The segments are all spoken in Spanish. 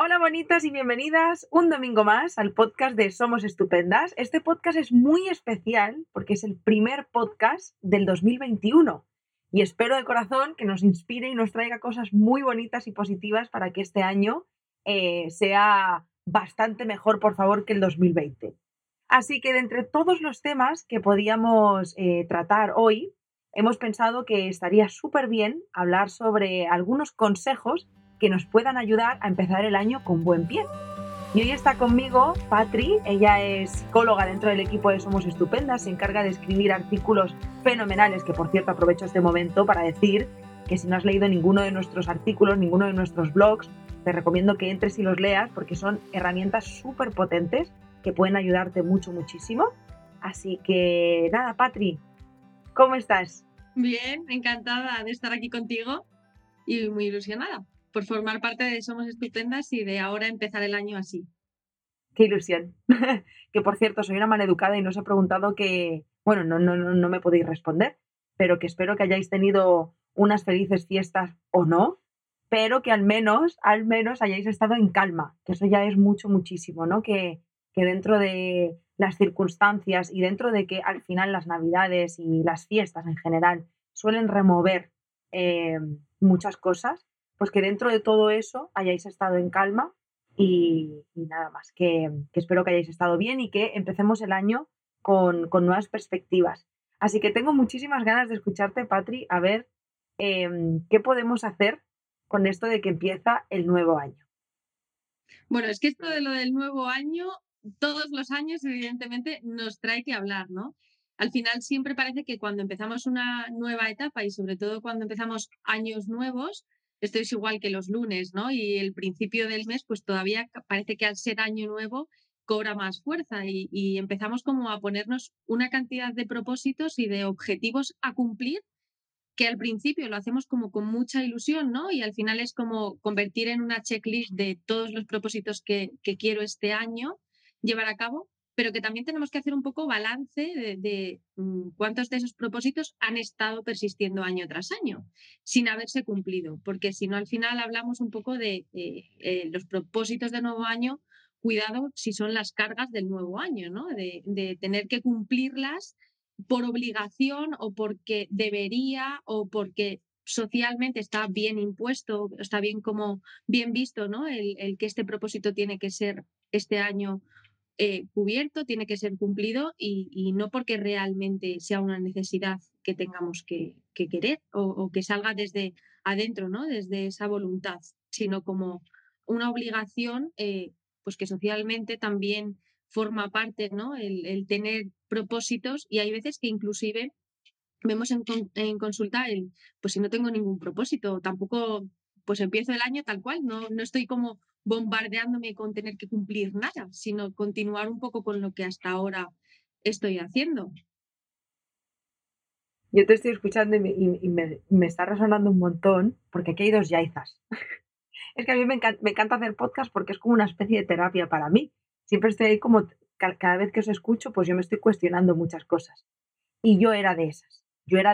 Hola bonitas y bienvenidas un domingo más al podcast de Somos Estupendas. Este podcast es muy especial porque es el primer podcast del 2021 y espero de corazón que nos inspire y nos traiga cosas muy bonitas y positivas para que este año sea bastante mejor, por favor, que el 2020. Así que de entre todos los temas que podíamos tratar hoy, hemos pensado que estaría súper bien hablar sobre algunos consejos que nos puedan ayudar a empezar el año con buen pie. Y hoy está conmigo Patri, ella es psicóloga dentro del equipo de Somos Estupendas, se encarga de escribir artículos fenomenales, que por cierto aprovecho este momento para decir que si no has leído ninguno de nuestros artículos, ninguno de nuestros blogs, te recomiendo que entres y los leas porque son herramientas súper potentes que pueden ayudarte muchísimo. Así que nada, Patri, ¿cómo estás? Bien, encantada de estar aquí contigo y muy ilusionada por formar parte de Somos Estupendas y de ahora empezar el año así. Qué ilusión. Que por cierto, soy una maleducada y no os he preguntado que, bueno, no me podéis responder, pero que espero que hayáis tenido unas felices fiestas o no, pero que al menos hayáis estado en calma, que eso ya es muchísimo, ¿no? Que dentro de las circunstancias y dentro de que al final las navidades y las fiestas en general suelen remover eh, muchas cosas, pues que dentro de todo eso hayáis estado en calma y nada más, que espero que hayáis estado bien y que empecemos el año con nuevas perspectivas. Así que tengo muchísimas ganas de escucharte, Patri, a ver qué podemos hacer con esto de que empieza el nuevo año. Bueno, es que esto de lo del nuevo año, todos los años, evidentemente, nos trae que hablar, ¿no? Al final siempre parece que cuando empezamos una nueva etapa y sobre todo cuando empezamos años nuevos, esto es igual que los lunes, ¿no? Y el principio del mes, pues todavía parece que al ser año nuevo cobra más fuerza y empezamos como a ponernos una cantidad de propósitos y de objetivos a cumplir que al principio lo hacemos como con mucha ilusión, ¿no? Y al final es como convertir en una checklist de todos los propósitos que quiero este año llevar a cabo, pero que también tenemos que hacer un poco balance de cuántos de esos propósitos han estado persistiendo año tras año sin haberse cumplido, porque si no al final hablamos un poco de los propósitos de nuevo año, cuidado si son las cargas del nuevo año, ¿no? De tener que cumplirlas por obligación o porque debería o porque socialmente está bien impuesto, está bien como bien visto, ¿no? El que este propósito tiene que ser este año cubierto, tiene que ser cumplido y no porque realmente sea una necesidad que tengamos que querer o que salga desde adentro, ¿no? Desde esa voluntad, sino como una obligación, pues que socialmente también forma parte, ¿no? El tener propósitos y hay veces que inclusive vemos en consulta pues si no tengo ningún propósito, tampoco pues empiezo el año tal cual, no estoy como bombardeándome con tener que cumplir nada, sino continuar un poco con lo que hasta ahora estoy haciendo. Yo te estoy escuchando y me está resonando un montón porque aquí hay dos yaizas. Es que a mí me encanta hacer podcast porque es como una especie de terapia para mí. Siempre estoy ahí como, cada vez que os escucho, pues yo me estoy cuestionando muchas cosas. Y yo era de esas. Yo era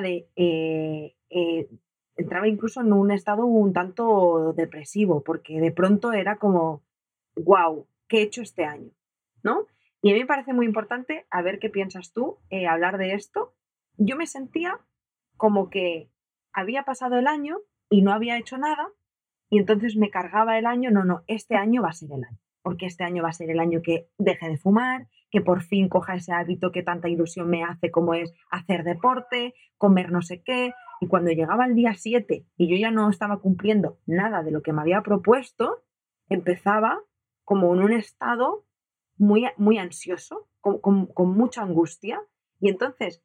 entraba incluso en un estado un tanto depresivo, porque de pronto era como, wow, ¿qué he hecho este año? ¿No? Y a mí me parece muy importante, a ver qué piensas tú, hablar de esto. Yo me sentía como que había pasado el año y no había hecho nada, y entonces me cargaba el año, no, este año va a ser el año, porque este año va a ser el año que deje de fumar, que por fin coja ese hábito que tanta ilusión me hace como es hacer deporte, comer no sé qué, y cuando llegaba el día 7 y yo ya no estaba cumpliendo nada de lo que me había propuesto, empezaba como en un estado muy ansioso, con mucha angustia, y entonces,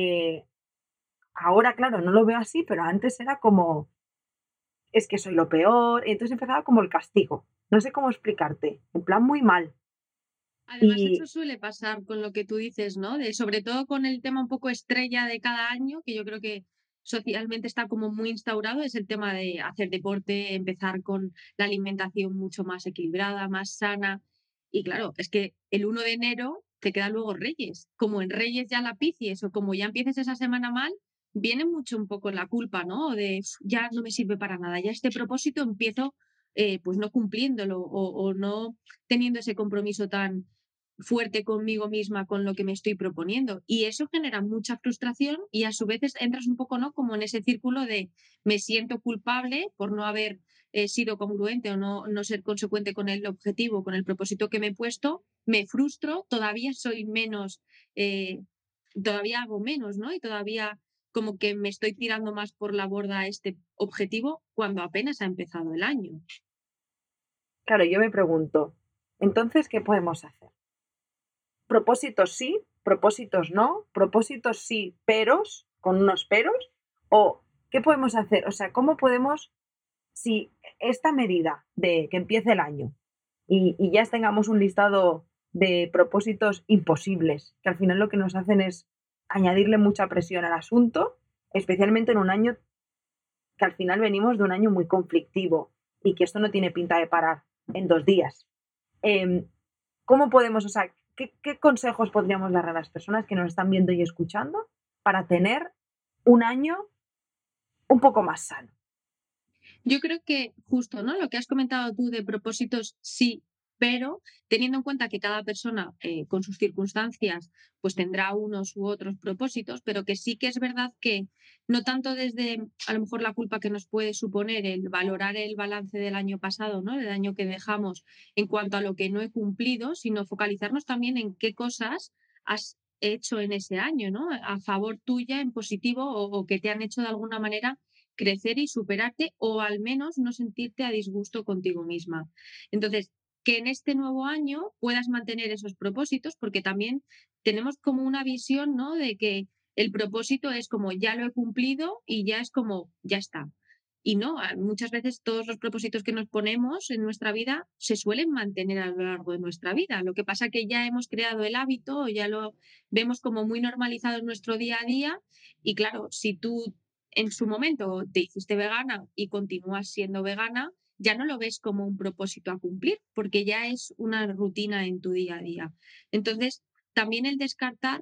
ahora claro, no lo veo así, pero antes era como, es que soy lo peor. Y entonces empezaba como el castigo. No sé cómo explicarte. En plan muy mal. Además, eso Y suele pasar con lo que tú dices, ¿no? Sobre todo con el tema un poco estrella de cada año, que yo creo que socialmente está como muy instaurado, es el tema de hacer deporte, empezar con la alimentación mucho más equilibrada, más sana. Y claro, es que el 1 de enero te queda luego Reyes. Como en Reyes ya la picies o como ya empieces esa semana mal, viene mucho un poco la culpa, ¿no? De "Uf, ya no me sirve para nada, ya este propósito empiezo pues no cumpliéndolo o no teniendo ese compromiso tan fuerte conmigo misma con lo que me estoy proponiendo. Y eso genera mucha frustración y a su vez entras un poco, ¿no? Como en ese círculo de me siento culpable por no haber sido congruente o no ser consecuente con el objetivo, con el propósito que me he puesto, me frustro, todavía soy menos, eh, todavía hago menos, ¿no? Y todavía como que me estoy tirando más por la borda a este objetivo cuando apenas ha empezado el año. Claro, yo me pregunto, entonces, ¿qué podemos hacer? Propósitos sí, propósitos no, propósitos sí, peros, con unos peros, o ¿qué podemos hacer? O sea, ¿cómo podemos, si esta medida de que empiece el año y ya tengamos un listado de propósitos imposibles, que al final lo que nos hacen es añadirle mucha presión al asunto, especialmente en un año que al final venimos de un año muy conflictivo y que esto no tiene pinta de parar en 2 días. Eh, ¿Cómo podemos, o sea, qué consejos podríamos dar a las personas que nos están viendo y escuchando para tener un año un poco más sano? Yo creo que justo, ¿no? Lo que has comentado tú de propósitos, sí, pero teniendo en cuenta que cada persona con sus circunstancias pues tendrá unos u otros propósitos, pero que sí que es verdad que no tanto desde a lo mejor la culpa que nos puede suponer el valorar el balance del año pasado, ¿no? Del año que dejamos en cuanto a lo que no he cumplido, sino focalizarnos también en qué cosas has hecho en ese año, ¿no? A favor tuya, en positivo, o que te han hecho de alguna manera crecer y superarte o al menos no sentirte a disgusto contigo misma. Entonces, que en este nuevo año puedas mantener esos propósitos, porque también tenemos como una visión, ¿no? De que el propósito es como ya lo he cumplido y ya es como ya está. Y no, muchas veces todos los propósitos que nos ponemos en nuestra vida se suelen mantener a lo largo de nuestra vida. Lo que pasa que ya hemos creado el hábito o ya lo vemos como muy normalizado en nuestro día a día. Y claro, si tú en su momento te hiciste vegana y continúas siendo vegana, ya no lo ves como un propósito a cumplir, porque ya es una rutina en tu día a día. Entonces, también el descartar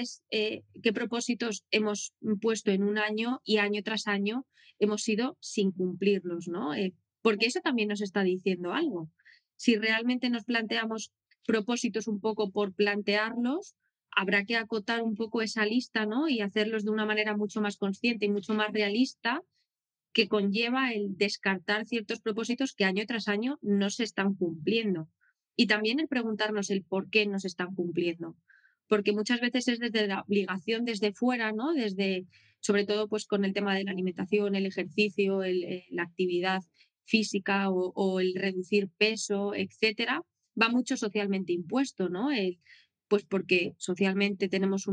qué propósitos hemos puesto en un año y año tras año hemos ido sin cumplirlos, ¿no? Porque eso también nos está diciendo algo. Si realmente nos planteamos propósitos un poco por plantearlos, habrá que acotar un poco esa lista, ¿no? Y hacerlos de una manera mucho más consciente y mucho más realista, que conlleva el descartar ciertos propósitos que año tras año no se están cumpliendo. Y también el preguntarnos el por qué no se están cumpliendo. Porque muchas veces es desde la obligación, desde fuera, ¿no? Desde, sobre todo, pues con el tema de la alimentación, el ejercicio, la actividad física o el reducir peso, etcétera, va mucho socialmente impuesto, ¿no? Pues porque socialmente tenemos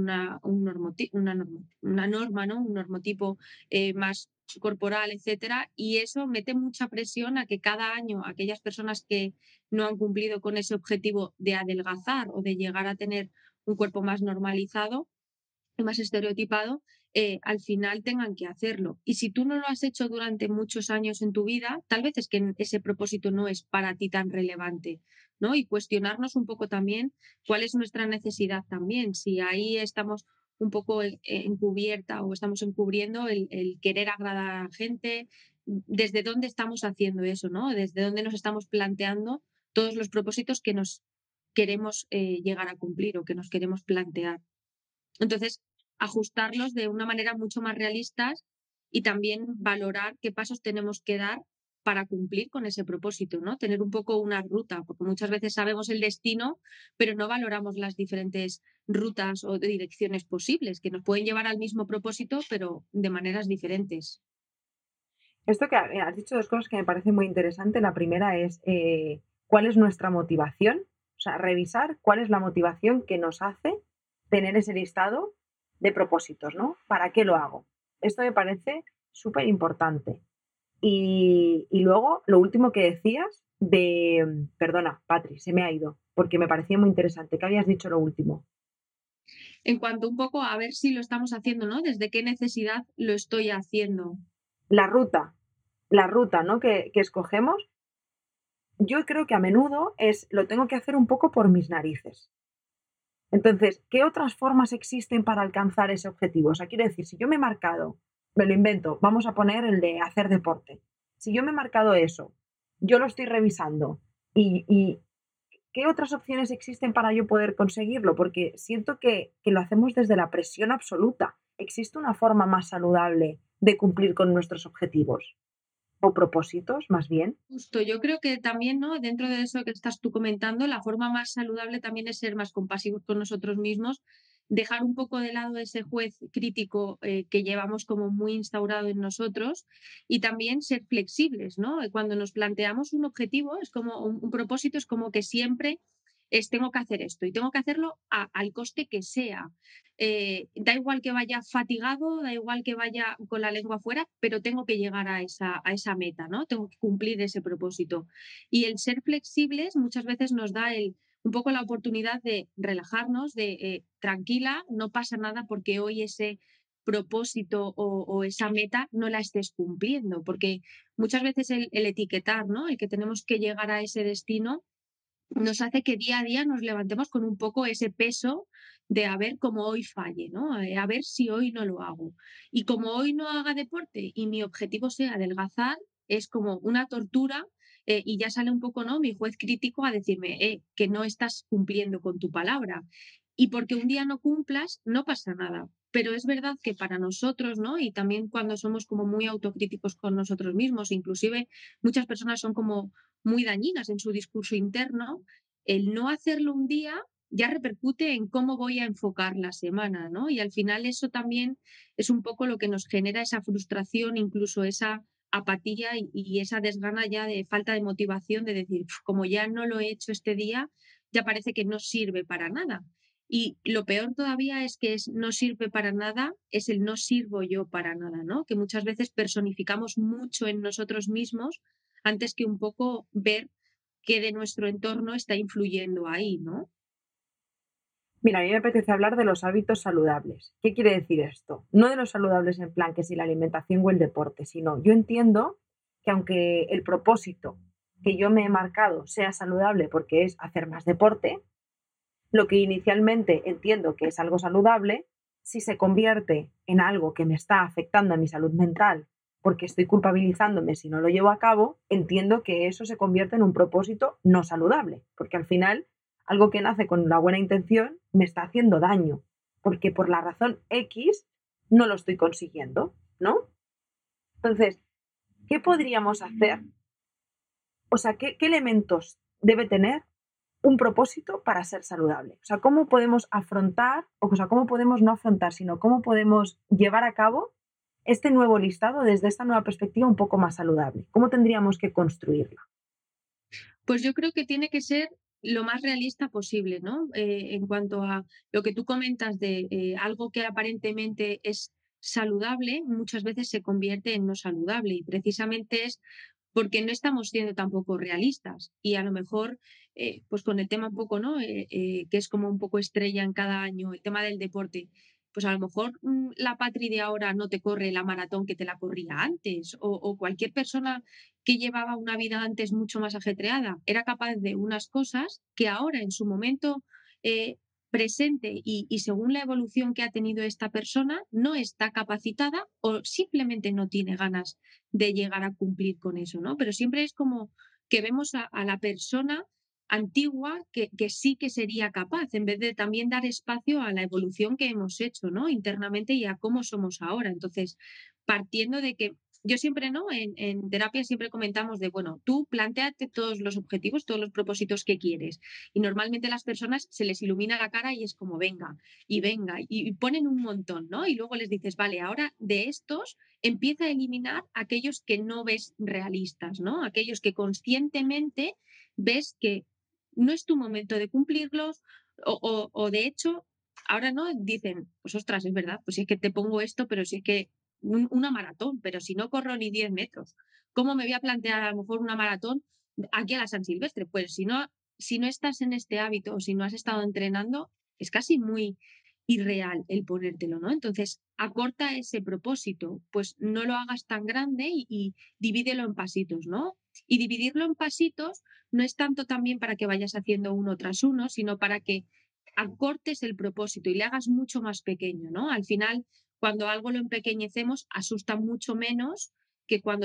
una norma, ¿no? Un normotipo más corporal, etcétera, y eso mete mucha presión a que cada año aquellas personas que no han cumplido con ese objetivo de adelgazar o de llegar a tener un cuerpo más normalizado y más estereotipado, al final tengan que hacerlo. Y si tú no lo has hecho durante muchos años en tu vida, tal vez es que ese propósito no es para ti tan relevante, ¿no? Y cuestionarnos un poco también cuál es nuestra necesidad también, si ahí estamos un poco encubierta o estamos encubriendo el querer agradar a la gente, desde dónde estamos haciendo eso, ¿no? Desde dónde nos estamos planteando todos los propósitos que nos queremos llegar a cumplir o que nos queremos plantear. Entonces, ajustarlos de una manera mucho más realistas y también valorar qué pasos tenemos que dar para cumplir con ese propósito, ¿no? Tener un poco una ruta, porque muchas veces sabemos el destino, pero no valoramos las diferentes rutas o direcciones posibles que nos pueden llevar al mismo propósito, pero de maneras diferentes. Esto que has dicho dos cosas que me parecen muy interesantes. La primera es cuál es nuestra motivación, o sea, revisar cuál es la motivación que nos hace tener ese listado de propósitos, ¿no? ¿Para qué lo hago? Esto me parece súper importante. Y luego, lo último que decías perdona, Patri, se me ha ido, porque me parecía muy interesante. ¿Qué habías dicho lo último? En cuanto un poco a ver si lo estamos haciendo, ¿no? Desde qué necesidad lo estoy haciendo. La ruta, la ruta, ¿no? Que escogemos, yo creo que a menudo lo tengo que hacer un poco por mis narices. Entonces, ¿qué otras formas existen para alcanzar ese objetivo? O sea, quiero decir, si yo me he marcado, me lo invento, vamos a poner el de hacer deporte. Si yo me he marcado eso, yo lo estoy revisando y ¿qué otras opciones existen para yo poder conseguirlo? Porque siento que lo hacemos desde la presión absoluta. ¿Existe una forma más saludable de cumplir con nuestros objetivos o propósitos, más bien? Justo, yo creo que también, ¿no? Dentro de eso que estás tú comentando, la forma más saludable también es ser más compasivos con nosotros mismos, dejar un poco de lado ese juez crítico que llevamos como muy instaurado en nosotros y también ser flexibles, ¿no? Cuando nos planteamos un objetivo, es como un propósito, es como que siempre es tengo que hacer esto y tengo que hacerlo al coste que sea. Da igual que vaya fatigado, da igual que vaya con la lengua afuera, pero tengo que llegar a esa meta, ¿no? Tengo que cumplir ese propósito. Y el ser flexibles muchas veces nos da un poco la oportunidad de relajarnos, de tranquila, no pasa nada porque hoy ese propósito o esa meta no la estés cumpliendo, porque muchas veces el etiquetar, ¿no? El que tenemos que llegar a ese destino nos hace que día a día nos levantemos con un poco ese peso de a ver cómo hoy falle, ¿no? A ver si hoy no lo hago. Y como hoy no haga deporte y mi objetivo sea adelgazar, es como una tortura y ya sale un poco, ¿no? Mi juez crítico a decirme, que no estás cumpliendo con tu palabra. Y porque un día no cumplas, no pasa nada. Pero es verdad que para nosotros, ¿no? Y también cuando somos como muy autocríticos con nosotros mismos, inclusive muchas personas son como muy dañinas en su discurso interno, el no hacerlo un día ya repercute en cómo voy a enfocar la semana, ¿no? Y al final eso también es un poco lo que nos genera esa frustración, incluso esa apatía y esa desgana ya de falta de motivación de decir, como ya no lo he hecho este día, ya parece que no sirve para nada. Y lo peor todavía es que no sirve para nada, es el no sirvo yo para nada, ¿no? Que muchas veces personificamos mucho en nosotros mismos antes que un poco ver qué de nuestro entorno está influyendo ahí, ¿no? Mira, a mí me apetece hablar de los hábitos saludables. ¿Qué quiere decir esto? No de los saludables en plan que si la alimentación o el deporte, sino yo entiendo que aunque el propósito que yo me he marcado sea saludable porque es hacer más deporte, lo que inicialmente entiendo que es algo saludable, si se convierte en algo que me está afectando a mi salud mental porque estoy culpabilizándome si no lo llevo a cabo, entiendo que eso se convierte en un propósito no saludable, porque al final algo que nace con la buena intención me está haciendo daño, porque por la razón X no lo estoy consiguiendo, ¿no? Entonces, ¿qué podríamos hacer? O sea, ¿qué elementos debe tener un propósito para ser saludable? O sea, ¿cómo podemos afrontar, o sea, cómo podemos no afrontar, sino cómo podemos llevar a cabo este nuevo listado desde esta nueva perspectiva un poco más saludable? ¿Cómo tendríamos que construirla? Pues yo creo que tiene que ser lo más realista posible, ¿no? En cuanto a lo que tú comentas de algo que aparentemente es saludable, muchas veces se convierte en no saludable y precisamente es porque no estamos siendo tampoco realistas y a lo mejor, pues con el tema un poco, ¿no? Que es como un poco estrella en cada año, el tema del deporte, pues a lo mejor la Patri de ahora no te corre la maratón que te la corría antes o cualquier persona que llevaba una vida antes mucho más ajetreada era capaz de unas cosas que ahora en su momento eh, presente y según la evolución que ha tenido esta persona no está capacitada o simplemente no tiene ganas de llegar a cumplir con eso, ¿no? Pero siempre es como que vemos a la persona antigua que sí que sería capaz, en vez de también dar espacio a la evolución que hemos hecho, ¿no? Internamente y a cómo somos ahora. Entonces, partiendo de que yo siempre, ¿no? En terapia siempre comentamos de, bueno, tú planteate todos los objetivos, todos los propósitos que quieres. Y normalmente a las personas se les ilumina la cara y es como, venga, y ponen un montón, ¿no? Y luego les dices, vale, ahora de estos empieza a eliminar aquellos que no ves realistas, ¿no? Aquellos que conscientemente ves que no es tu momento de cumplirlos o de hecho, ahora no dicen, pues ostras, es verdad, pues si es que te pongo esto, pero si es que una maratón, pero si no corro ni 10 metros, ¿cómo me voy a plantear a lo mejor una maratón aquí a la San Silvestre? Pues si no estás en este hábito o si no has estado entrenando, es casi muy irreal el ponértelo, ¿no? Entonces, acorta ese propósito, pues no lo hagas tan grande y divídelo en pasitos, ¿no? Y dividirlo en pasitos no es tanto también para que vayas haciendo uno tras uno, sino para que acortes el propósito y le hagas mucho más pequeño, ¿no? Al final, cuando algo lo empequeñecemos, asusta mucho menos que cuando te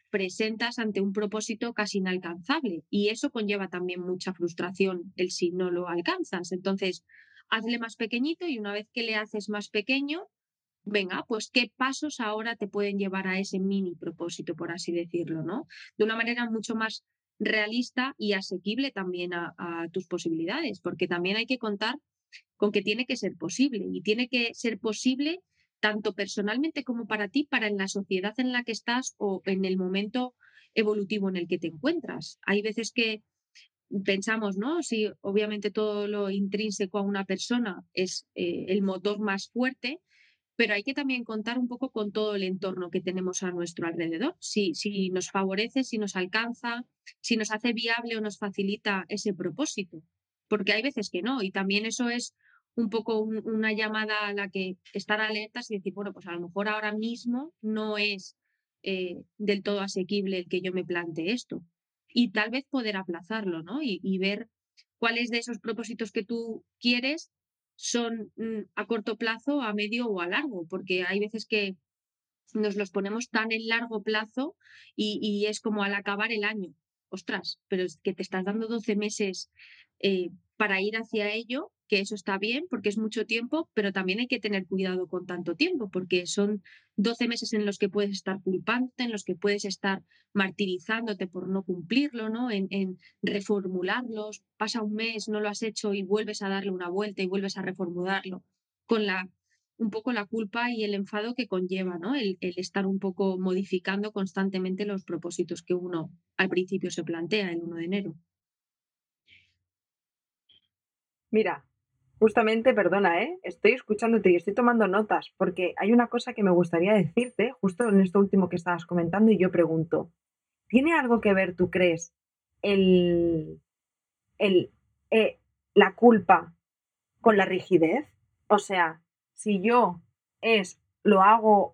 presentas ante un propósito casi inalcanzable y eso conlleva también mucha frustración el si no lo alcanzas. Entonces, hazle más pequeñito y una vez que le haces más pequeño, venga, pues qué pasos ahora te pueden llevar a ese mini propósito, por así decirlo, ¿no? De una manera mucho más realista y asequible también a tus posibilidades, porque también hay que contar con que tiene que ser posible y tiene que ser posible tanto personalmente como para ti, para en la sociedad en la que estás o en el momento evolutivo en el que te encuentras. Hay veces que pensamos, ¿no? Si obviamente todo lo intrínseco a una persona es el motor más fuerte, pero hay que también contar un poco con todo el entorno que tenemos a nuestro alrededor. Si nos favorece, si nos alcanza, si nos hace viable o nos facilita ese propósito. Porque hay veces que no. Y también eso es un poco una llamada a la que estar alertas y decir, bueno, pues a lo mejor ahora mismo no es del todo asequible el que yo me plantee esto. Y tal vez poder aplazarlo, ¿no? Y ver cuáles de esos propósitos que tú quieres son a corto plazo, a medio o a largo, porque hay veces que nos los ponemos tan en largo plazo y es como al acabar el año. Ostras, pero es que te estás dando 12 meses para ir hacia ello, que eso está bien porque es mucho tiempo, pero también hay que tener cuidado con tanto tiempo, porque son 12 meses en los que puedes estar culpándote, en los que puedes estar martirizándote por no cumplirlo, ¿no? En reformularlos. Pasa un mes, no lo has hecho y vuelves a darle una vuelta y vuelves a reformularlo con un poco la culpa y el enfado que conlleva, ¿no? El estar un poco modificando constantemente los propósitos que uno al principio se plantea el 1 de enero. Mira, justamente, perdona, estoy escuchándote y estoy tomando notas porque hay una cosa que me gustaría decirte justo en esto último que estabas comentando y yo pregunto, ¿tiene algo que ver, tú crees, el, el, la culpa con la rigidez? O sea, si yo lo hago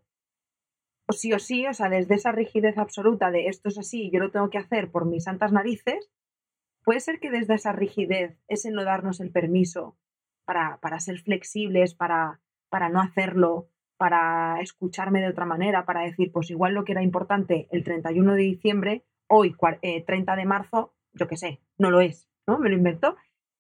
o sí, o sea, desde esa rigidez absoluta de esto es así, yo lo tengo que hacer por mis santas narices, puede ser que desde esa rigidez, ese no darnos el permiso para ser flexibles, para no hacerlo, para escucharme de otra manera, para decir, pues igual lo que era importante el 31 de diciembre, hoy 30 de marzo, yo qué sé, no lo es, ¿no? Me lo invento.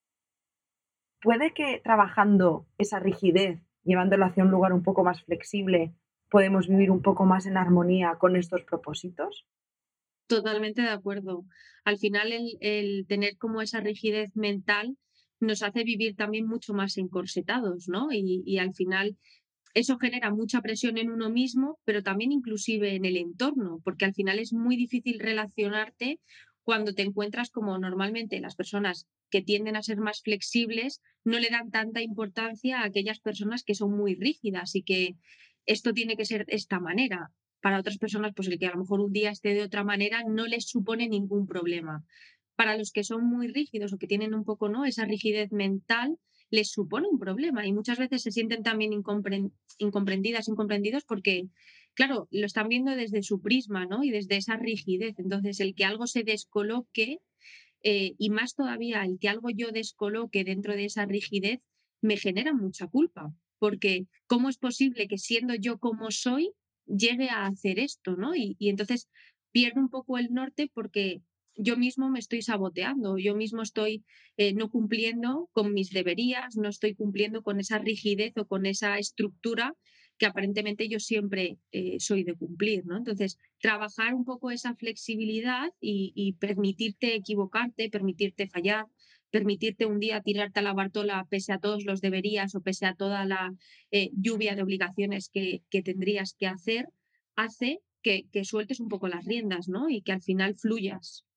Puede que trabajando esa rigidez, llevándola hacia un lugar un poco más flexible, podemos vivir un poco más en armonía con estos propósitos. Totalmente de acuerdo. Al final el tener como esa rigidez mental nos hace vivir también mucho más encorsetados, ¿no? Y al final eso genera mucha presión en uno mismo, pero también inclusive en el entorno, porque al final es muy difícil relacionarte cuando te encuentras como normalmente las personas que tienden a ser más flexibles no le dan tanta importancia a aquellas personas que son muy rígidas y que esto tiene que ser de esta manera. Para otras personas, pues el que a lo mejor un día esté de otra manera no les supone ningún problema. Para los que son muy rígidos o que tienen un poco, ¿no?, esa rigidez mental, les supone un problema y muchas veces se sienten también incomprendidas, incomprendidos porque, claro, lo están viendo desde su prisma, ¿no? Y desde esa rigidez. Entonces, el que algo se descoloque y más todavía el que algo yo descoloque dentro de esa rigidez me genera mucha culpa, porque ¿cómo es posible que siendo yo como soy llegue a hacer esto, ¿no? Y entonces pierdo un poco el norte porque yo mismo me estoy saboteando, yo mismo estoy no cumpliendo con mis deberías, no estoy cumpliendo con esa rigidez o con esa estructura que aparentemente yo siempre soy de cumplir, ¿no? Entonces, trabajar un poco esa flexibilidad y permitirte equivocarte, permitirte fallar, permitirte un día tirarte a la bartola pese a todos los deberías o pese a toda la lluvia de obligaciones que tendrías que hacer, hace que sueltes un poco las riendas, ¿no? Y que al final fluyas.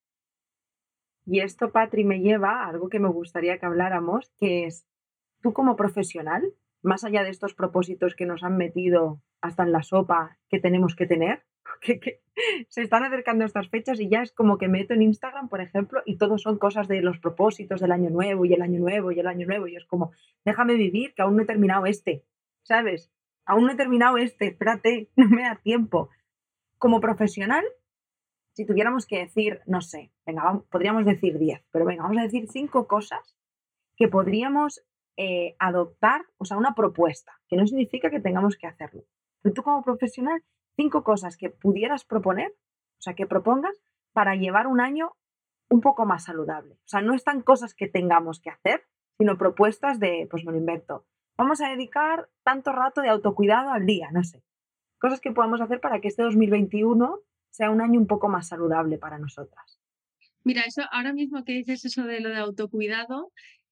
Y esto, Patri, me lleva a algo que me gustaría que habláramos, que es tú como profesional, más allá de estos propósitos que nos han metido hasta en la sopa que tenemos que tener, que se están acercando estas fechas y ya es como que meto en Instagram, por ejemplo, y todos son cosas de los propósitos del año nuevo y el año nuevo y el año nuevo y es como, déjame vivir, que aún no he terminado este, ¿sabes? Aún no he terminado este, espérate, no me da tiempo. Como profesional, si tuviéramos que decir, no sé, venga, podríamos decir 10, pero venga, vamos a decir 5 cosas que podríamos adoptar, o sea, una propuesta, que no significa que tengamos que hacerlo. Pero tú como profesional, 5 cosas que pudieras proponer, o sea, que propongas para llevar un año un poco más saludable. O sea, no están cosas que tengamos que hacer, sino propuestas de, pues me lo invento. Vamos a dedicar tanto rato de autocuidado al día, no sé. Cosas que podamos hacer para que este 2021 sea un año un poco más saludable para nosotras. Mira, eso ahora mismo que dices eso de lo de autocuidado,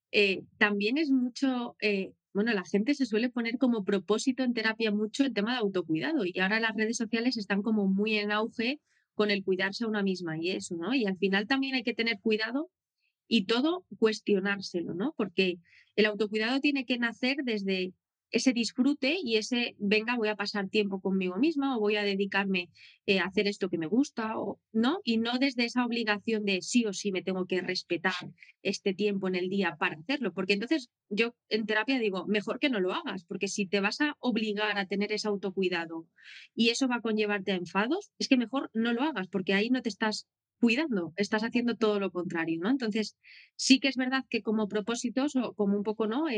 también es mucho, bueno, la gente se suele poner como propósito en terapia mucho el tema de autocuidado y ahora las redes sociales están como muy en auge con el cuidarse a una misma y eso, ¿no? Y al final también hay que tener cuidado y todo cuestionárselo, ¿no? Porque el autocuidado tiene que nacer desde ese disfrute y ese, venga, voy a pasar tiempo conmigo misma o voy a dedicarme a hacer esto que me gusta, o, ¿no? Y no desde esa obligación de sí o sí me tengo que respetar este tiempo en el día para hacerlo, porque entonces yo en terapia digo, mejor que no lo hagas, porque si te vas a obligar a tener ese autocuidado y eso va a conllevarte a enfados, es que mejor no lo hagas, porque ahí no te estás cuidando, estás haciendo todo lo contrario, ¿no? Entonces, sí que es verdad que como propósitos o como un poco, ¿no?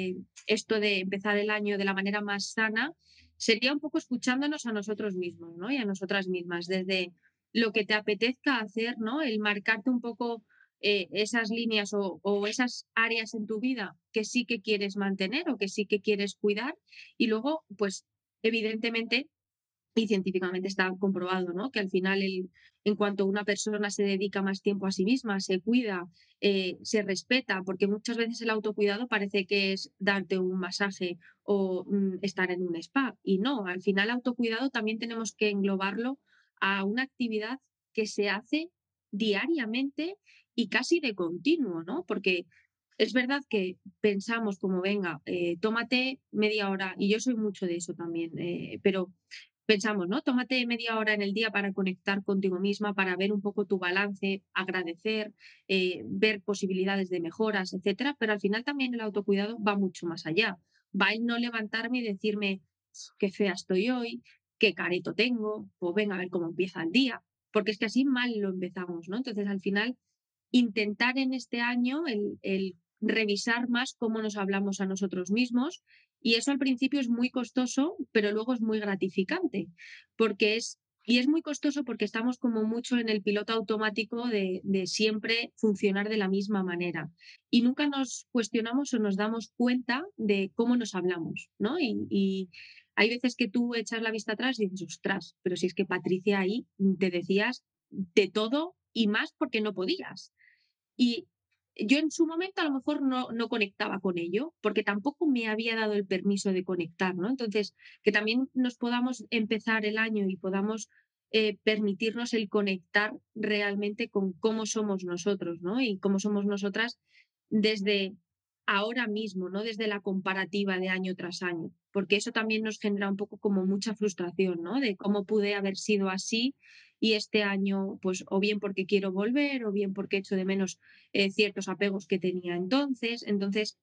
Esto de empezar el año de la manera más sana sería un poco escuchándonos a nosotros mismos, ¿no? Y a nosotras mismas, desde lo que te apetezca hacer, ¿no? El marcarte un poco esas líneas o esas áreas en tu vida que sí que quieres mantener o que sí que quieres cuidar y luego, pues, evidentemente y científicamente está comprobado, ¿no? Que al final, en cuanto una persona se dedica más tiempo a sí misma, se cuida, se respeta, porque muchas veces el autocuidado parece que es darte un masaje o estar en un spa. Y no, al final, autocuidado también tenemos que englobarlo a una actividad que se hace diariamente y casi de continuo, ¿no? Porque es verdad que pensamos como, venga, tómate media hora, y yo soy mucho de eso también, pero pensamos, ¿no? Tómate media hora en el día para conectar contigo misma, para ver un poco tu balance, agradecer, ver posibilidades de mejoras, etcétera. Pero al final también el autocuidado va mucho más allá. Va el no levantarme y decirme qué fea estoy hoy, qué careto tengo, pues venga a ver cómo empieza el día, porque es que así mal lo empezamos, ¿no? Entonces al final intentar en este año el revisar más cómo nos hablamos a nosotros mismos y eso al principio es muy costoso, pero luego es muy gratificante, porque y es muy costoso porque estamos como mucho en el piloto automático de siempre funcionar de la misma manera y nunca nos cuestionamos o nos damos cuenta de cómo nos hablamos, ¿no? Y hay veces que tú echas la vista atrás y dices, ostras, pero si es que Patricia ahí te decías de todo y más porque no podías. Y yo en su momento a lo mejor no conectaba con ello, porque tampoco me había dado el permiso de conectar, ¿no? Entonces, que también nos podamos empezar el año y podamos permitirnos el conectar realmente con cómo somos nosotros, ¿no? Y cómo somos nosotras desde ahora mismo, ¿no? Desde la comparativa de año tras año, porque eso también nos genera un poco como mucha frustración, ¿no? De cómo pude haber sido así y este año, pues, o bien porque quiero volver, o bien porque echo de menos ciertos apegos que tenía entonces. Entonces,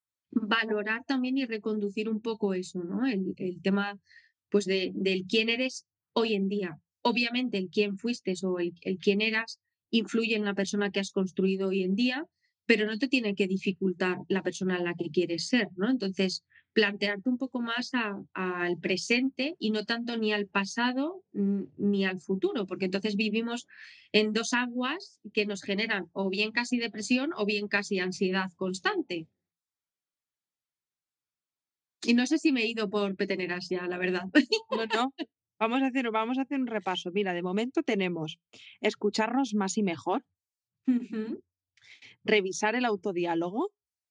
valorar también y reconducir un poco eso, ¿no? El tema, pues, del quién eres hoy en día. Obviamente, el quién fuiste o el quién eras influye en la persona que has construido hoy en día, pero no te tiene que dificultar la persona en la que quieres ser, ¿no? Entonces, plantearte un poco más al presente y no tanto ni al pasado ni al futuro, porque entonces vivimos en dos aguas que nos generan o bien casi depresión o bien casi ansiedad constante. Y no sé si me he ido por peteneras ya, la verdad. No, no. Vamos a hacer un repaso. Mira, de momento tenemos escucharnos más y mejor, Ujú. revisar el autodiálogo,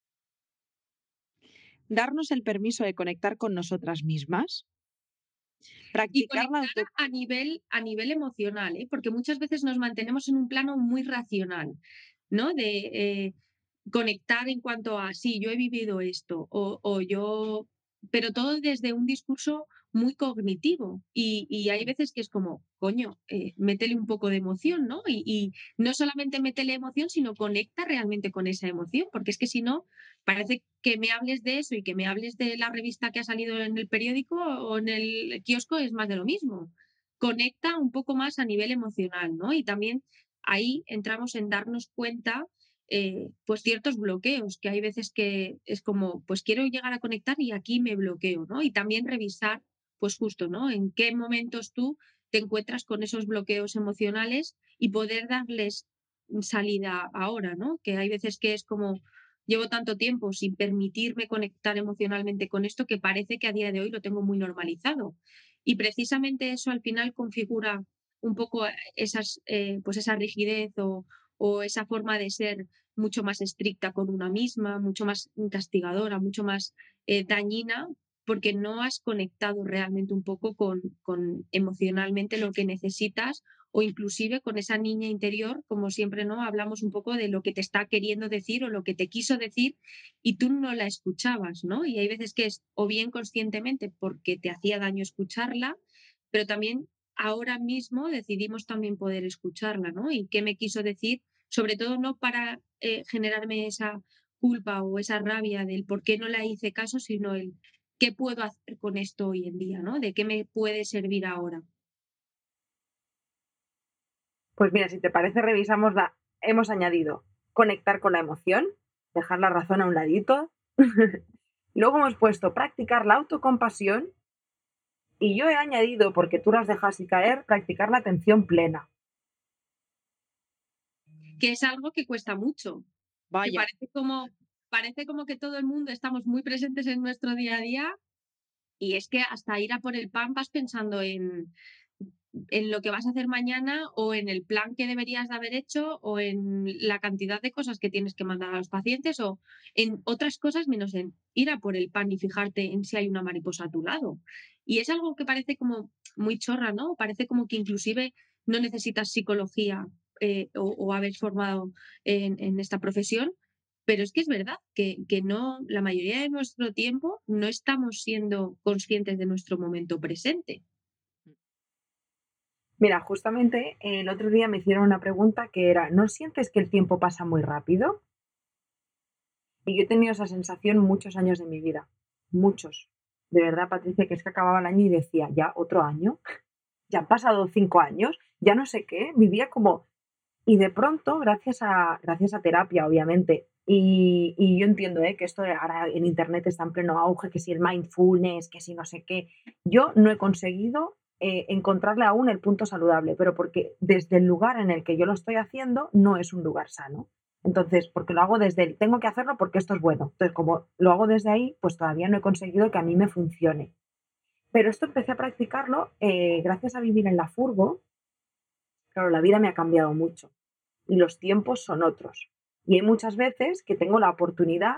darnos el permiso de conectar con nosotras mismas, Y practicar la conectar a nivel emocional, ¿eh? Porque muchas veces nos mantenemos en un plano muy racional, ¿no? De conectar en cuanto a, sí, yo he vivido esto, o yo, pero todo desde un discurso muy cognitivo. Y hay veces que es como, coño, métele un poco de emoción, ¿no? Y no solamente métele emoción, sino conecta realmente con esa emoción, porque es que si no, parece que me hables de eso y que me hables de la revista que ha salido en el periódico o en el kiosco es más de lo mismo. Conecta un poco más a nivel emocional, ¿no? Y también ahí entramos en darnos cuenta pues ciertos bloqueos, que hay veces que es como, pues quiero llegar a conectar y aquí me bloqueo, ¿no? Y también revisar, pues justo, ¿no? En qué momentos tú te encuentras con esos bloqueos emocionales y poder darles salida ahora, ¿no? Que hay veces que es como, llevo tanto tiempo sin permitirme conectar emocionalmente con esto que parece que a día de hoy lo tengo muy normalizado. Y precisamente eso al final configura un poco pues esa rigidez o esa forma de ser mucho más estricta con una misma, mucho más castigadora, mucho más dañina, porque no has conectado realmente un poco con emocionalmente lo que necesitas o inclusive con esa niña interior, como siempre, ¿no? Hablamos un poco de lo que te está queriendo decir o lo que te quiso decir y tú no la escuchabas, ¿no? Y hay veces que es o bien conscientemente porque te hacía daño escucharla, pero también ahora mismo decidimos también poder escucharla, ¿no? Y qué me quiso decir, sobre todo no para generarme esa culpa o esa rabia del por qué no la hice caso, sino el qué puedo hacer con esto hoy en día, ¿no? De qué me puede servir ahora. Pues mira, si te parece, revisamos hemos añadido conectar con la emoción, dejar la razón a un ladito. Luego hemos puesto practicar la autocompasión y yo he añadido, porque tú las dejas y caer, practicar la atención plena. Que es algo que cuesta mucho, que Vaya, parece como que todo el mundo estamos muy presentes en nuestro día a día y es que hasta ir a por el pan vas pensando en lo que vas a hacer mañana o en el plan que deberías de haber hecho o en la cantidad de cosas que tienes que mandar a los pacientes o en otras cosas menos en ir a por el pan y fijarte en si hay una mariposa a tu lado. Y es algo que parece como muy chorra, ¿no? Parece como que inclusive no necesitas psicología o haber formado en esta profesión, pero es que es verdad que no, la mayoría de nuestro tiempo no estamos siendo conscientes de nuestro momento presente. Mira, justamente el otro día me hicieron una pregunta que era, ¿no sientes que el tiempo pasa muy rápido? Y yo he tenido esa sensación muchos años de mi vida, muchos. De verdad, Patricia, que es que acababa el año y decía, ya otro año, ya han pasado 5 años, ya no sé qué, vivía como... Y de pronto, gracias a terapia, obviamente, y yo entiendo que esto ahora en Internet está en pleno auge, que si el mindfulness, que si no sé qué, yo no he conseguido encontrarle aún el punto saludable, pero porque desde el lugar en el que yo lo estoy haciendo no es un lugar sano. Entonces, porque lo hago desde el, tengo que hacerlo porque esto es bueno. Entonces, como lo hago desde ahí, pues todavía no he conseguido que a mí me funcione. Pero esto empecé a practicarlo gracias a vivir en la furgo. Claro, la vida me ha cambiado mucho y los tiempos son otros. Y hay muchas veces que tengo la oportunidad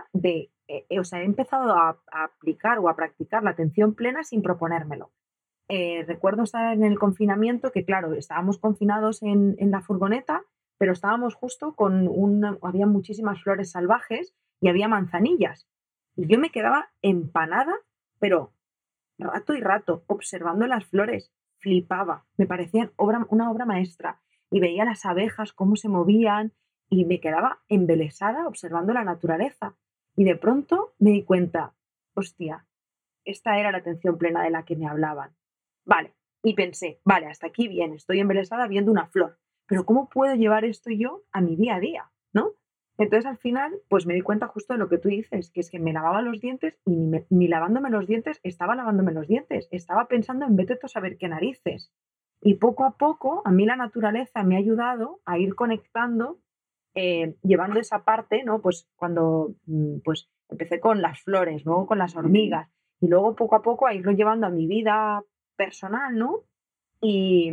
o sea, he empezado a aplicar o a practicar la atención plena sin proponérmelo. Recuerdo estar en el confinamiento, que claro, estábamos confinados en la furgoneta, pero estábamos justo había muchísimas flores salvajes y había manzanillas. Y yo me quedaba empanada, pero rato y rato, observando las flores. Flipaba, me parecían una obra maestra. Y veía las abejas, cómo se movían, y me quedaba embelesada observando la naturaleza. Y de pronto me di cuenta, hostia, esta era la atención plena de la que me hablaban. Vale, y pensé, vale, hasta aquí bien, estoy embelesada viendo una flor, pero ¿cómo puedo llevar esto yo a mi día a día? ¿No? Entonces al final, pues me di cuenta justo de lo que tú dices, que es que me lavaba los dientes y ni lavándome los dientes estaba lavándome los dientes, estaba pensando en vete tú a saber qué narices. Y poco a poco, a mí la naturaleza me ha ayudado a ir conectando, llevando esa parte, ¿no? Pues cuando pues empecé con las flores, luego con las hormigas, y luego poco a poco a irlo llevando a mi vida personal, ¿no? Y,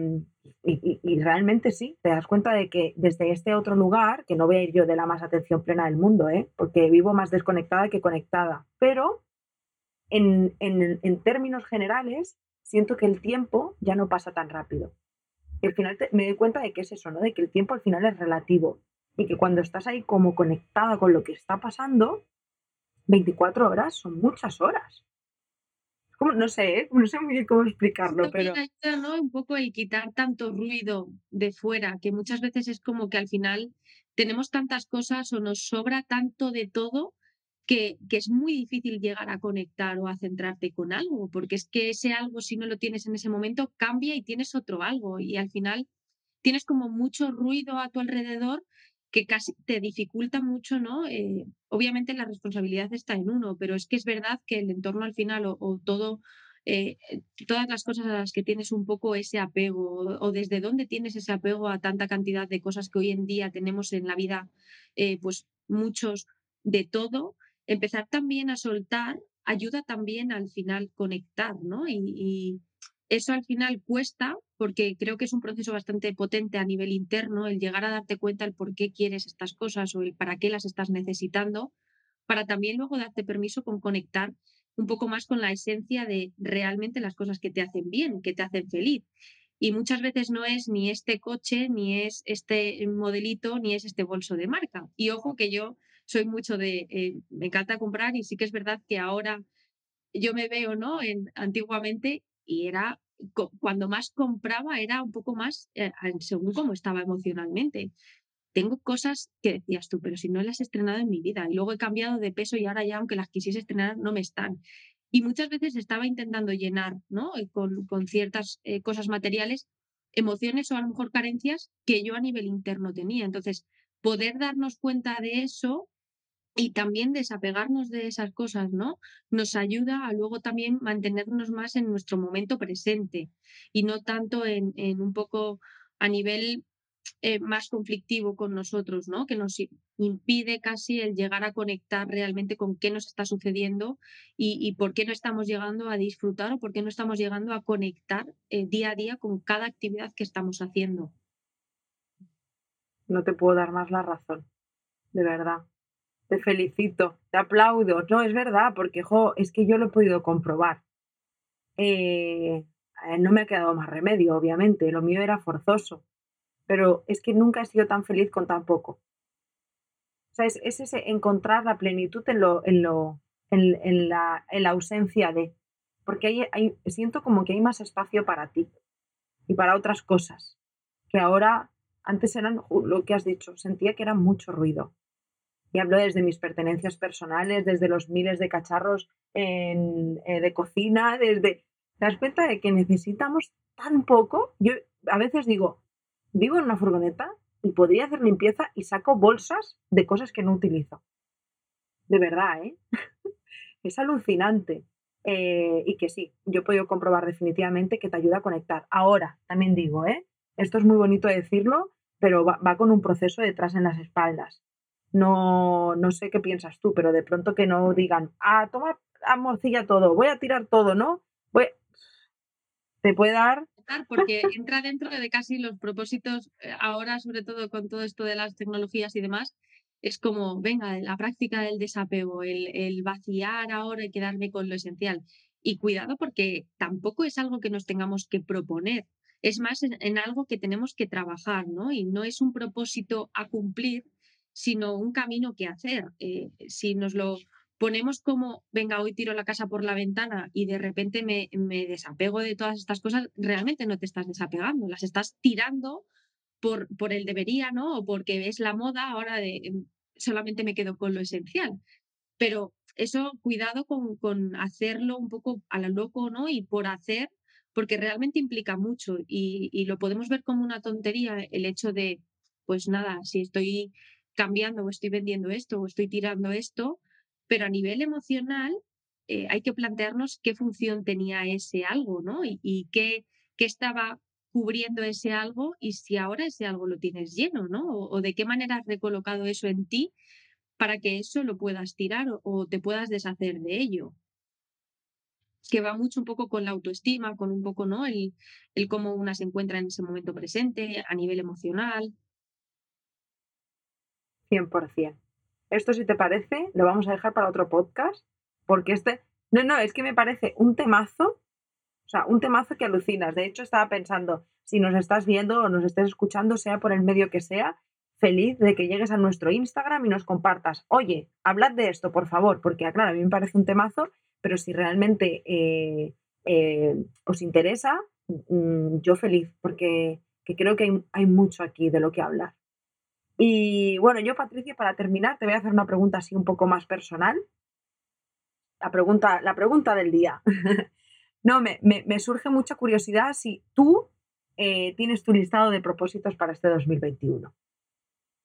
y realmente sí, te das cuenta de que desde este otro lugar, que no voy a ir yo de la más atención plena del mundo, porque vivo más desconectada que conectada, pero en términos generales siento que el tiempo ya no pasa tan rápido. Y al final me doy cuenta de que es eso, ¿no? De que el tiempo al final es relativo y que cuando estás ahí como conectada con lo que está pasando, 24 horas son muchas horas. No sé, no sé muy bien cómo Eso explicarlo, también pero ayuda, ¿no? Un poco el quitar tanto ruido de fuera, que muchas veces es como que al final tenemos tantas cosas o nos sobra tanto de todo que es muy difícil llegar a conectar o a centrarte con algo, porque es que ese algo, si no lo tienes en ese momento, cambia y tienes otro algo. Y al final tienes como mucho ruido a tu alrededor que casi te dificulta mucho, ¿no? Obviamente la responsabilidad está en uno, pero es que es verdad que el entorno al final o todo todas las cosas a las que tienes un poco ese apego o desde dónde tienes ese apego a tanta cantidad de cosas que hoy en día tenemos en la vida, pues muchos de todo, empezar también a soltar ayuda también al final conectar, ¿no? Y eso al final cuesta porque creo que es un proceso bastante potente a nivel interno el llegar a darte cuenta el por qué quieres estas cosas o el para qué las estás necesitando, para también luego darte permiso con conectar un poco más con la esencia de realmente las cosas que te hacen bien, que te hacen feliz. Y muchas veces no es ni este coche, ni es este modelito, ni es este bolso de marca. Y ojo que yo soy mucho de, me encanta comprar y sí que es verdad que ahora yo me veo, ¿no? Antiguamente y era, cuando más compraba era un poco más según cómo estaba emocionalmente. Tengo cosas que decías tú, pero si no las he estrenado en mi vida y luego he cambiado de peso y ahora ya, aunque las quisiese estrenar, no me están. Y muchas veces estaba intentando llenar, ¿no? Con ciertas cosas materiales, emociones o a lo mejor carencias que yo a nivel interno tenía. Entonces, poder darnos cuenta de eso y también desapegarnos de esas cosas, ¿no? Nos ayuda a luego también mantenernos más en nuestro momento presente y no tanto en un poco a nivel más conflictivo con nosotros, ¿no? Que nos impide casi el llegar a conectar realmente con qué nos está sucediendo y por qué no estamos llegando a disfrutar o por qué no estamos llegando a conectar día a día con cada actividad que estamos haciendo. No te puedo dar más la razón, de verdad. Te felicito, te aplaudo. No, es verdad, porque es que yo lo he podido comprobar. No me ha quedado más remedio, obviamente, lo mío era forzoso, pero es que nunca he sido tan feliz con tan poco. O sea, es ese encontrar la plenitud en la ausencia de, porque siento como que hay más espacio para ti y para otras cosas, que ahora, antes eran lo que has dicho, sentía que era mucho ruido. Y hablo desde mis pertenencias personales, desde los miles de cacharros de cocina, desde... ¿Te das cuenta de que necesitamos tan poco? Yo a veces digo, vivo en una furgoneta y podría hacer limpieza y saco bolsas de cosas que no utilizo. De verdad, ¿eh? Es alucinante. Y que sí, yo he podido comprobar definitivamente que te ayuda a conectar. Ahora, también digo, ¿eh? Esto es muy bonito decirlo, pero va con un proceso detrás en las espaldas. No sé qué piensas tú, pero de pronto que no digan, toma, amorcilla todo, voy a tirar todo, ¿no? Te puede dar... Porque entra dentro de casi los propósitos, ahora sobre todo con todo esto de las tecnologías y demás, es como, venga, la práctica del desapego, el vaciar ahora y quedarme con lo esencial. Y cuidado porque tampoco es algo que nos tengamos que proponer, es más en algo que tenemos que trabajar, ¿no? Y no es un propósito a cumplir, sino un camino que hacer. Si nos lo ponemos como, venga, hoy tiro la casa por la ventana y de repente me desapego de todas estas cosas, realmente no te estás desapegando, las estás tirando por el debería, ¿no? O porque es la moda ahora de solamente me quedo con lo esencial. Pero eso, cuidado con hacerlo un poco a lo loco, ¿no? Y por hacer, porque realmente implica mucho y lo podemos ver como una tontería el hecho de, pues nada, si estoy cambiando o estoy vendiendo esto o estoy tirando esto, pero a nivel emocional hay que plantearnos qué función tenía ese algo, ¿no? Y qué estaba cubriendo ese algo y si ahora ese algo lo tienes lleno, ¿no? O de qué manera has recolocado eso en ti para que eso lo puedas tirar o te puedas deshacer de ello. Que va mucho un poco con la autoestima, con un poco, ¿no? El cómo una se encuentra en ese momento presente, a nivel emocional. 100%. Esto, si te parece, lo vamos a dejar para otro podcast, porque no, es que me parece un temazo, o sea, un temazo que alucinas. De hecho, estaba pensando, si nos estás viendo o nos estés escuchando, sea por el medio que sea, feliz de que llegues a nuestro Instagram y nos compartas, oye, hablad de esto, por favor, porque, claro, a mí me parece un temazo, pero si realmente os interesa, yo feliz, porque que creo que hay mucho aquí de lo que hablar. Y bueno, yo, Patricia, para terminar, te voy a hacer una pregunta así un poco más personal. La pregunta del día. No, me surge mucha curiosidad si tú tienes tu listado de propósitos para este 2021.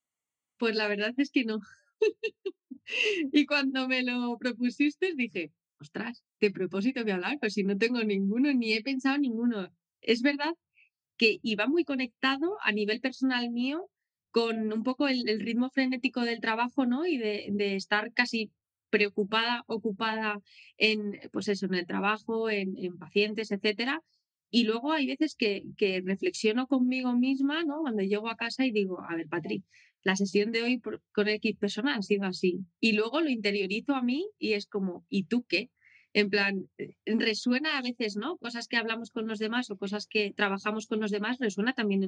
Pues la verdad es que no. Y cuando me lo propusiste dije, ostras, de propósito voy a hablar, pues si no tengo ninguno, ni he pensado ninguno. Es verdad que iba muy conectado a nivel personal mío con un poco el ritmo frenético del trabajo, ¿no? Y de estar casi preocupada, ocupada en, pues eso, en el trabajo, en pacientes, etcétera. Y luego hay veces que reflexiono conmigo misma, ¿no? Cuando llego a casa y digo, a ver, Patri, la sesión de hoy con X persona ha sido así. Y luego lo interiorizo a mí y es como, ¿y tú qué? En plan, resuena a veces, ¿no? Cosas que hablamos con los demás o cosas que trabajamos con los demás, resuena también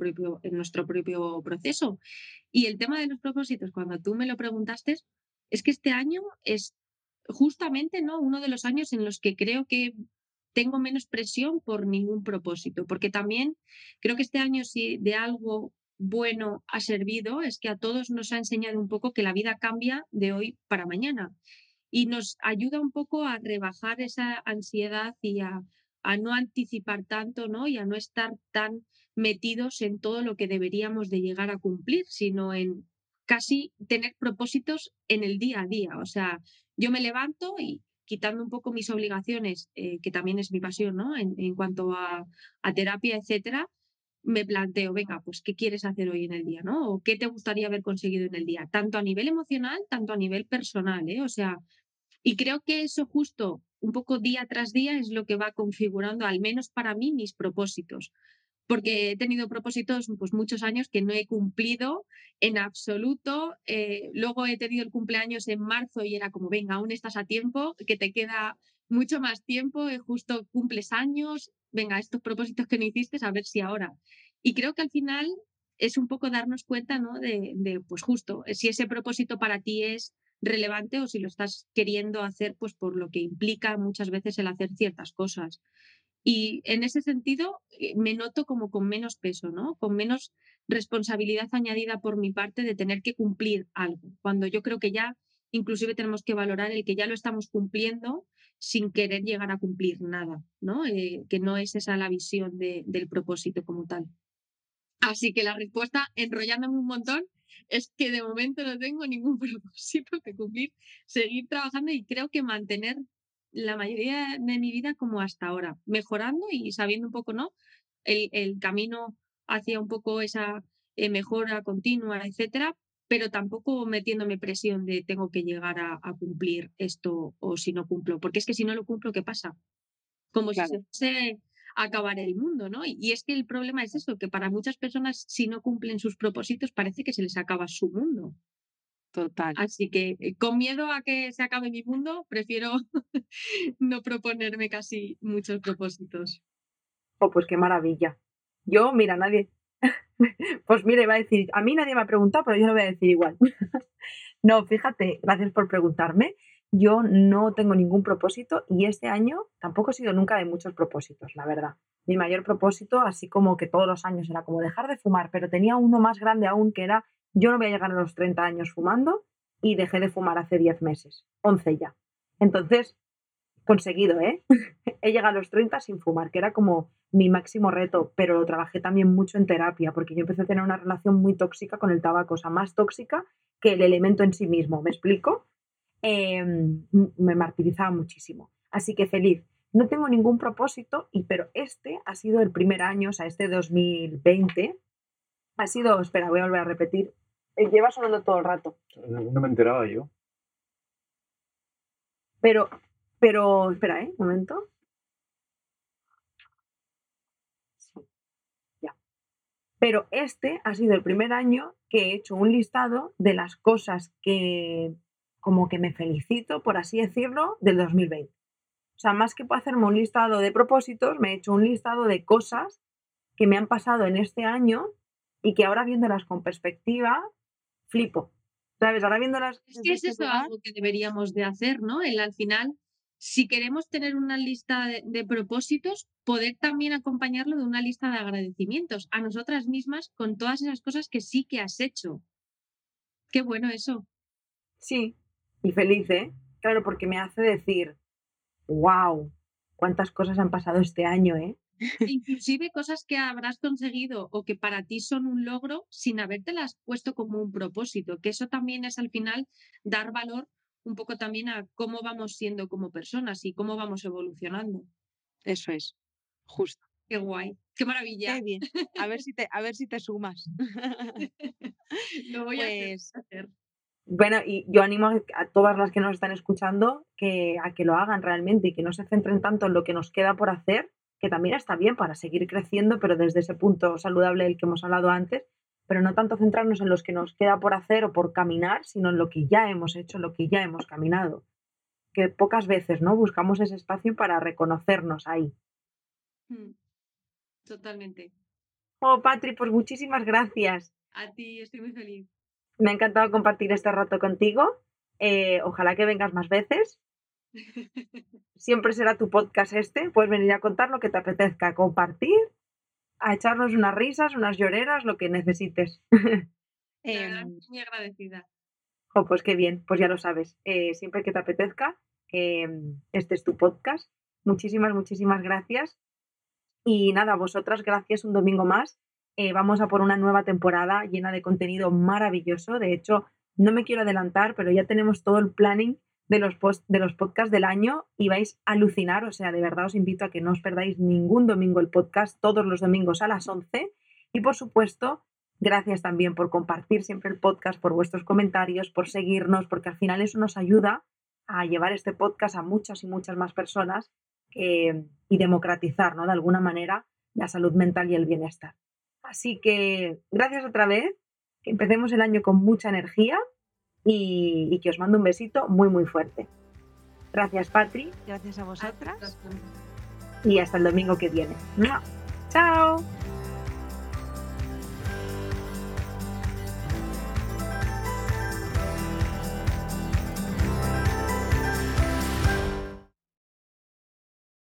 en nuestro propio proceso. Y el tema de los propósitos, cuando tú me lo preguntaste, es que este año es justamente, ¿no? Uno de los años en los que creo que tengo menos presión por ningún propósito, porque también creo que este año si de algo bueno ha servido es que a todos nos ha enseñado un poco que la vida cambia de hoy para mañana y nos ayuda un poco a rebajar esa ansiedad y a no anticipar tanto, ¿no? Y a no estar tan metidos en todo lo que deberíamos de llegar a cumplir, sino en casi tener propósitos en el día a día. O sea, yo me levanto y quitando un poco mis obligaciones, que también es mi pasión, ¿no? En cuanto a terapia, etcétera, me planteo, venga, pues, ¿qué quieres hacer hoy en el día, no? O qué te gustaría haber conseguido en el día, tanto a nivel emocional, tanto a nivel personal, ¿eh? O sea, y creo que eso justo un poco día tras día es lo que va configurando, al menos para mí, mis propósitos. Porque he tenido propósitos pues muchos años que no he cumplido en absoluto. Luego he tenido el cumpleaños en marzo y era como, venga, aún estás a tiempo, que te queda mucho más tiempo, justo cumples años, venga, estos propósitos que no hiciste, a ver si ahora. Y creo que al final es un poco darnos cuenta, ¿no? Pues justo, si ese propósito para ti es relevante o si lo estás queriendo hacer pues por lo que implica muchas veces el hacer ciertas cosas. Y en ese sentido me noto como con menos peso, ¿no? Con menos responsabilidad añadida por mi parte de tener que cumplir algo, cuando yo creo que ya inclusive tenemos que valorar el que ya lo estamos cumpliendo sin querer llegar a cumplir nada, ¿no? Que no es esa la visión del propósito como tal. Así que la respuesta, enrollándome un montón, es que de momento no tengo ningún propósito que cumplir, seguir trabajando y creo que mantener la mayoría de mi vida como hasta ahora, mejorando y sabiendo un poco, ¿no? El camino hacia un poco esa mejora continua, etcétera, pero tampoco metiéndome presión de tengo que llegar a cumplir esto o si no cumplo, porque es que si no lo cumplo, ¿qué pasa? Como si se Claro, fuese a acabar el mundo, ¿no? Y es que el problema es eso, que para muchas personas, si no cumplen sus propósitos, parece que se les acaba su mundo. total. Así que con miedo a que se acabe mi mundo, prefiero no proponerme casi muchos propósitos. Oh, pues qué maravilla. Yo, mira, nadie. Pues mira, iba a decir, a mí nadie me ha preguntado, pero yo lo voy a decir igual. No, fíjate, gracias por preguntarme. Yo no tengo ningún propósito y este año tampoco he sido nunca de muchos propósitos, la verdad. Mi mayor propósito, así como que todos los años, era como dejar de fumar, pero tenía uno más grande aún que era, yo no voy a llegar a los 30 años fumando y dejé de fumar hace 10 meses, 11 ya. Entonces, conseguido, ¿eh? He llegado a los 30 sin fumar, que era como mi máximo reto, pero lo trabajé también mucho en terapia, porque yo empecé a tener una relación muy tóxica con el tabaco, o sea, más tóxica que el elemento en sí mismo, ¿me explico? Me martirizaba muchísimo. Así que feliz. No tengo ningún propósito, pero este ha sido el primer año, o sea, este 2020, ha sido, espera, voy a volver a repetir, lleva sonando todo el rato, No me enteraba yo. pero, espera, un momento. Sí, ya. Pero este ha sido el primer año que he hecho un listado de las cosas que como que me felicito, por así decirlo, del 2020. O sea, más que hacerme un listado de propósitos, me he hecho un listado de cosas que me han pasado en este año y que ahora viéndolas con perspectiva, flipo. ¿Sabes? Ahora viéndolas Es que desde es este eso lugar, algo que deberíamos de hacer, ¿no? Al final, si queremos tener una lista de propósitos, poder también acompañarlo de una lista de agradecimientos a nosotras mismas con todas esas cosas que sí que has hecho. Qué bueno eso. sí, y feliz, ¿eh? Claro, porque me hace decir, wow, cuántas cosas han pasado este año, ¿eh? Inclusive cosas que habrás conseguido o que para ti son un logro sin habértelas puesto como un propósito, que eso también es al final dar valor un poco también a cómo vamos siendo como personas y cómo vamos evolucionando. Eso es, justo. Qué guay, qué maravilla. Qué bien. A ver si te sumas. Lo voy Pues a hacer. Bueno, y yo animo a todas las que nos están escuchando a que lo hagan realmente y que no se centren tanto en lo que nos queda por hacer, que también está bien para seguir creciendo, pero desde ese punto saludable del que hemos hablado antes, pero no tanto centrarnos en los que nos queda por hacer o por caminar, sino en lo que ya hemos hecho, lo que ya hemos caminado. Que pocas veces, ¿no? Buscamos ese espacio para reconocernos ahí. Totalmente. Oh, Patri, pues muchísimas gracias. A ti, estoy muy feliz. Me ha encantado compartir este rato contigo. Ojalá que vengas más veces. Siempre será tu podcast este. Puedes venir a contar lo que te apetezca, a compartir, a echarnos unas risas, unas lloreras, lo que necesites. La verdad, muy agradecida. Oh, pues qué bien, pues ya lo sabes. Siempre que te apetezca, este es tu podcast. Muchísimas gracias. Y nada, vosotras, gracias un domingo más. Vamos a por una nueva temporada llena de contenido maravilloso. De hecho, no me quiero adelantar, pero ya tenemos todo el planning de los podcasts del año y vais a alucinar. O sea, de verdad os invito a que no os perdáis ningún domingo el podcast, todos los domingos a las 11. Y por supuesto, gracias también por compartir siempre el podcast, por vuestros comentarios, por seguirnos, porque al final eso nos ayuda a llevar este podcast a muchas y muchas más personas y democratizar, ¿no? De alguna manera la salud mental y el bienestar. Así que gracias otra vez, que empecemos el año con mucha energía y que os mando un besito muy fuerte. Gracias, Patri. Gracias a vosotras. Y hasta el domingo que viene. ¡Mua!